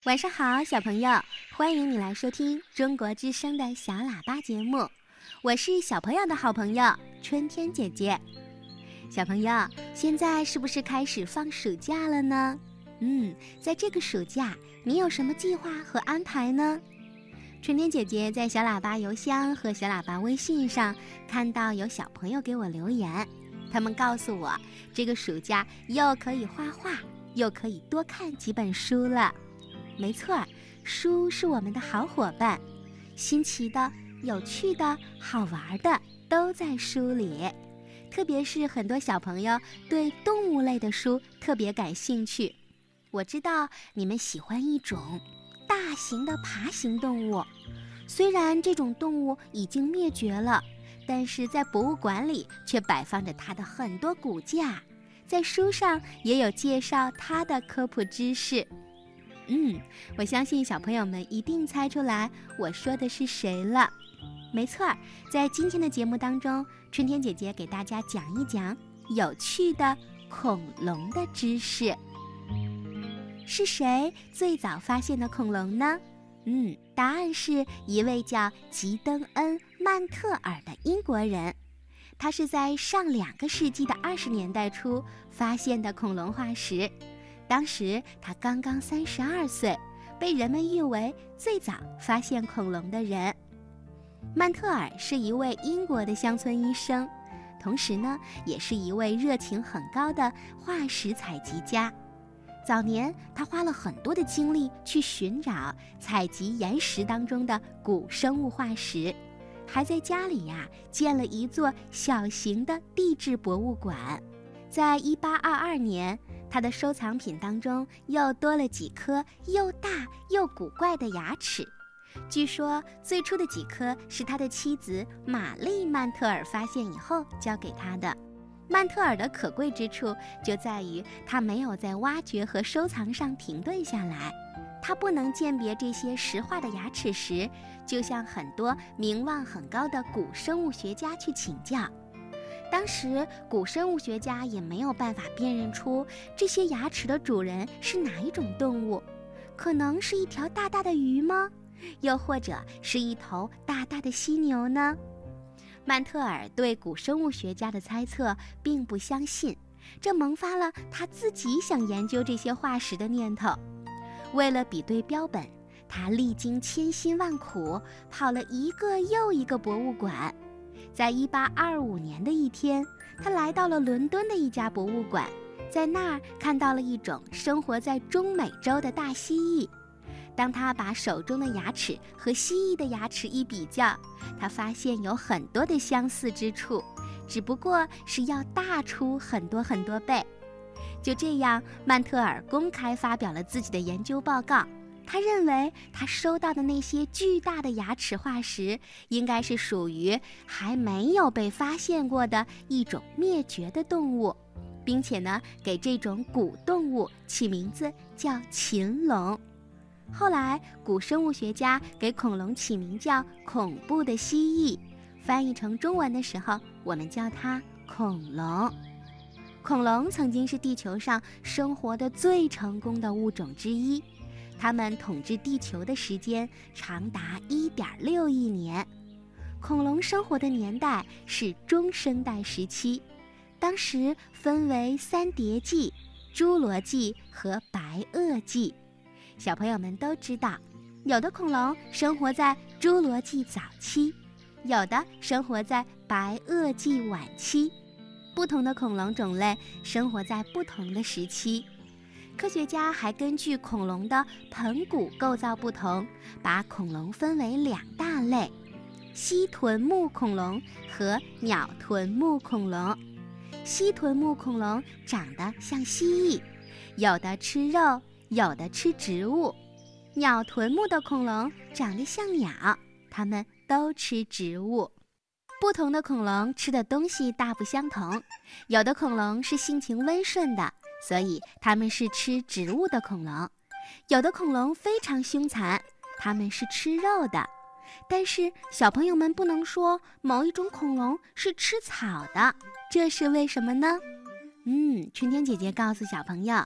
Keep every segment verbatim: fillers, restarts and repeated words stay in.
晚上好，小朋友，欢迎你来收听中国之声的小喇叭节目，我是小朋友的好朋友春天姐姐。小朋友，现在是不是开始放暑假了呢？嗯，在这个暑假，你有什么计划和安排呢？春天姐姐在小喇叭邮箱和小喇叭微信上看到有小朋友给我留言，他们告诉我，这个暑假又可以画画，又可以多看几本书了。没错，书是我们的好伙伴，新奇的、有趣的、好玩的都在书里。特别是很多小朋友对动物类的书特别感兴趣。我知道你们喜欢一种大型的爬行动物，虽然这种动物已经灭绝了，但是在博物馆里却摆放着它的很多骨架，在书上也有介绍它的科普知识。嗯，我相信小朋友们一定猜出来我说的是谁了。没错，在今天的节目当中，春天姐姐给大家讲一讲有趣的恐龙的知识。是谁最早发现的恐龙呢？嗯，答案是一位叫吉登恩·曼特尔的英国人。他是在上两个世纪的二十年代初发现的恐龙化石。当时他刚刚三十二岁，被人们誉为最早发现恐龙的人。曼特尔是一位英国的乡村医生，同时呢，也是一位热情很高的化石采集家。早年，他花了很多的精力去寻找、采集岩石当中的古生物化石，还在家里呀、啊、建了一座小型的地质博物馆。在一八二二年，他的收藏品当中又多了几颗又大又古怪的牙齿。据说最初的几颗是他的妻子玛丽·曼特尔发现以后交给他的。曼特尔的可贵之处就在于他没有在挖掘和收藏上停顿下来。他不能鉴别这些石化的牙齿时，就向很多名望很高的古生物学家去请教。当时古生物学家也没有办法辨认出这些牙齿的主人是哪一种动物，可能是一条大大的鱼吗？又或者是一头大大的犀牛呢？曼特尔对古生物学家的猜测并不相信，这萌发了他自己想研究这些化石的念头。为了比对标本，他历经千辛万苦，跑了一个又一个博物馆。在一八二五年的一天，他来到了伦敦的一家博物馆，在那儿看到了一种生活在中美洲的大蜥蜴。当他把手中的牙齿和蜥蜴的牙齿一比较，他发现有很多的相似之处，只不过是要大出很多很多倍。就这样，曼特尔公开发表了自己的研究报告。他认为他收到的那些巨大的牙齿化石应该是属于还没有被发现过的一种灭绝的动物，并且呢，给这种古动物起名字叫禽龙。后来古生物学家给恐龙起名叫恐怖的蜥蜴，翻译成中文的时候，我们叫它恐龙。恐龙曾经是地球上生活的最成功的物种之一，它们统治地球的时间长达 一点六亿年。恐龙生活的年代是中生代时期，当时分为三叠纪、侏罗纪和白垩纪。小朋友们都知道，有的恐龙生活在侏罗纪早期，有的生活在白垩纪晚期。不同的恐龙种类生活在不同的时期。科学家还根据恐龙的盆骨构造不同，把恐龙分为两大类：蜥臀目恐龙和鸟臀目恐龙。蜥臀目恐龙长得像蜥蜴，有的吃肉，有的吃植物。鸟臀目的恐龙长得像鸟，它们都吃植物。不同的恐龙吃的东西大不相同，有的恐龙是性情温顺的，所以它们是吃植物的恐龙；有的恐龙非常凶残，它们是吃肉的。但是小朋友们不能说某一种恐龙是吃草的，这是为什么呢？嗯，春天姐姐告诉小朋友，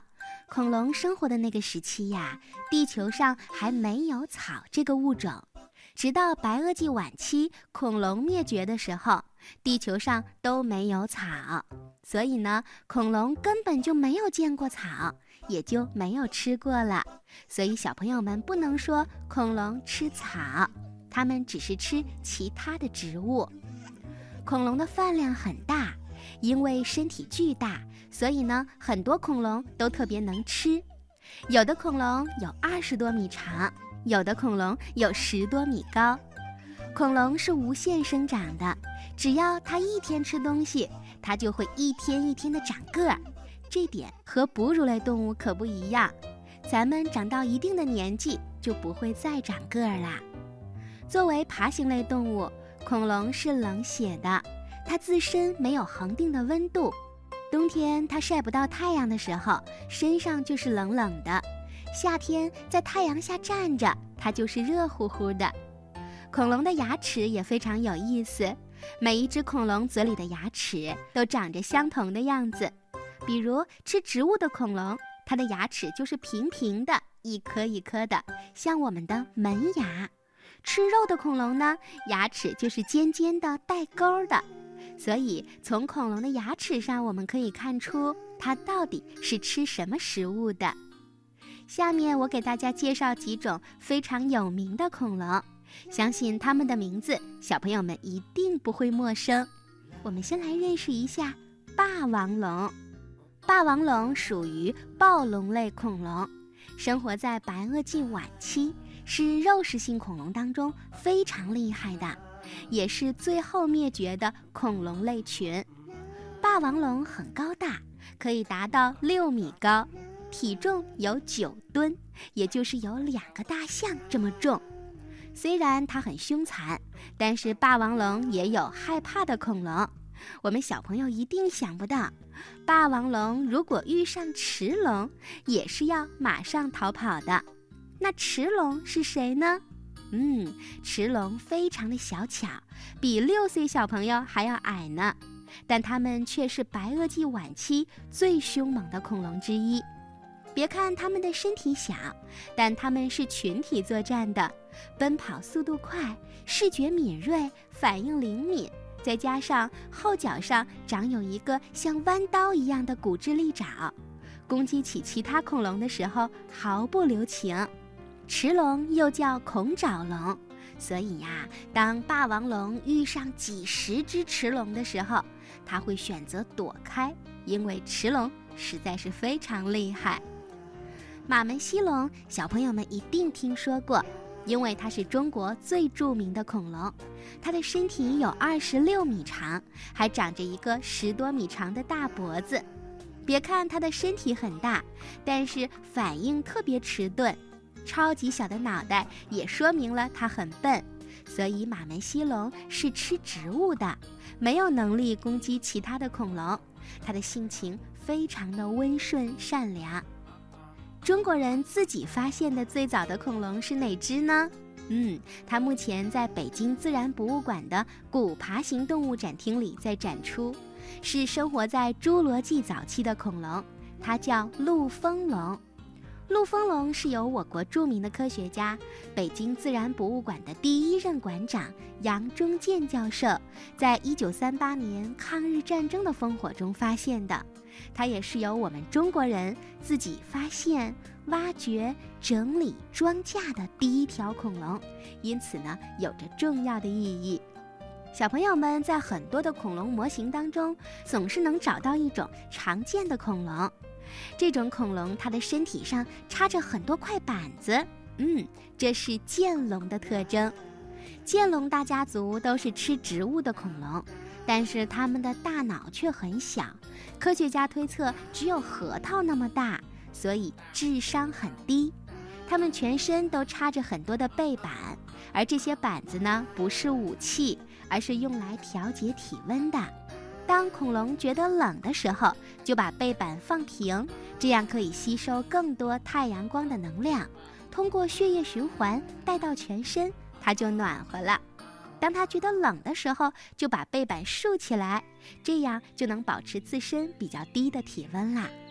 恐龙生活的那个时期呀，地球上还没有草这个物种。直到白垩纪晚期，恐龙灭绝的时候，地球上都没有草，所以呢，恐龙根本就没有见过草，也就没有吃过了。所以小朋友们不能说恐龙吃草，它们只是吃其他的植物。恐龙的饭量很大，因为身体巨大，所以呢，很多恐龙都特别能吃。有的恐龙有二十多米长，有的恐龙有十多米高。恐龙是无限生长的，只要它一天吃东西，它就会一天一天的长个儿。这点和哺乳类动物可不一样，咱们长到一定的年纪就不会再长个儿啦。作为爬行类动物，恐龙是冷血的，它自身没有恒定的温度。冬天它晒不到太阳的时候，身上就是冷冷的；夏天在太阳下站着，它就是热乎乎的。恐龙的牙齿也非常有意思，每一只恐龙嘴里的牙齿都长着相同的样子。比如吃植物的恐龙，它的牙齿就是平平的，一颗一颗的，像我们的门牙。吃肉的恐龙呢，牙齿就是尖尖的，带钩的。所以从恐龙的牙齿上，我们可以看出它到底是吃什么食物的。下面我给大家介绍几种非常有名的恐龙，相信它们的名字小朋友们一定不会陌生。我们先来认识一下霸王龙。霸王龙属于暴龙类恐龙，生活在白垩纪晚期，是肉食性恐龙当中非常厉害的，也是最后灭绝的恐龙类群。霸王龙很高大，可以达到六米高，体重有九吨，也就是有两个大象这么重。虽然它很凶残，但是霸王龙也有害怕的恐龙。我们小朋友一定想不到，霸王龙如果遇上驰龙，也是要马上逃跑的。那驰龙是谁呢？嗯，驰龙非常的小巧，比六岁小朋友还要矮呢，但它们却是白垩纪晚期最凶猛的恐龙之一。别看它们的身体小，但它们是群体作战的，奔跑速度快，视觉敏锐，反应灵敏，再加上后脚上长有一个像弯刀一样的骨质利爪，攻击起其他恐龙的时候毫不留情。驰龙又叫恐爪龙，所以呀，当霸王龙遇上几十只驰龙的时候，它会选择躲开，因为驰龙实在是非常厉害。马门溪龙，小朋友们一定听说过，因为它是中国最著名的恐龙。它的身体有二十六米长，还长着一个十多米长的大脖子。别看它的身体很大，但是反应特别迟钝。超级小的脑袋也说明了它很笨，所以马门溪龙是吃植物的，没有能力攻击其他的恐龙。它的性情非常的温顺善良。中国人自己发现的最早的恐龙是哪只呢？嗯，它目前在北京自然博物馆的古爬行动物展厅里在展出，是生活在侏罗纪早期的恐龙，它叫陆丰龙。陆丰龙是由我国著名的科学家、北京自然博物馆的第一任馆长杨忠建教授，在一九三八年抗日战争的烽火中发现的。它也是由我们中国人自己发现、挖掘、整理、装架的第一条恐龙，因此呢，有着重要的意义。小朋友们在很多的恐龙模型当中，总是能找到一种常见的恐龙。这种恐龙它的身体上插着很多块板子，嗯，这是剑龙的特征。剑龙大家族都是吃植物的恐龙，但是它们的大脑却很小，科学家推测只有核桃那么大，所以智商很低。它们全身都插着很多的背板，而这些板子呢，不是武器，而是用来调节体温的。当恐龙觉得冷的时候，就把背板放平，这样可以吸收更多太阳光的能量，通过血液循环带到全身，它就暖和了。当它觉得冷的时候，就把背板竖起来，这样就能保持自身比较低的体温啦。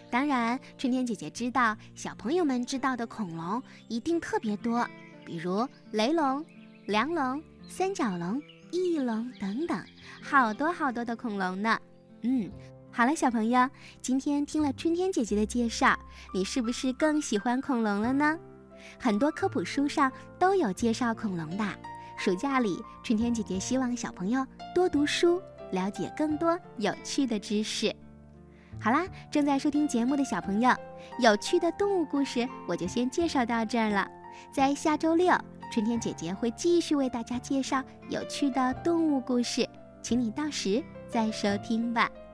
当然，春天姐姐知道小朋友们知道的恐龙一定特别多，比如雷龙、梁龙、三角龙、翼龙等等，好多好多的恐龙呢。嗯，好了，小朋友，今天听了春天姐姐的介绍，你是不是更喜欢恐龙了呢？很多科普书上都有介绍恐龙的。暑假里，春天姐姐希望小朋友多读书，了解更多有趣的知识。好啦，正在收听节目的小朋友，有趣的动物故事我就先介绍到这儿了。在下周六，春天姐姐会继续为大家介绍有趣的动物故事，请你到时再收听吧。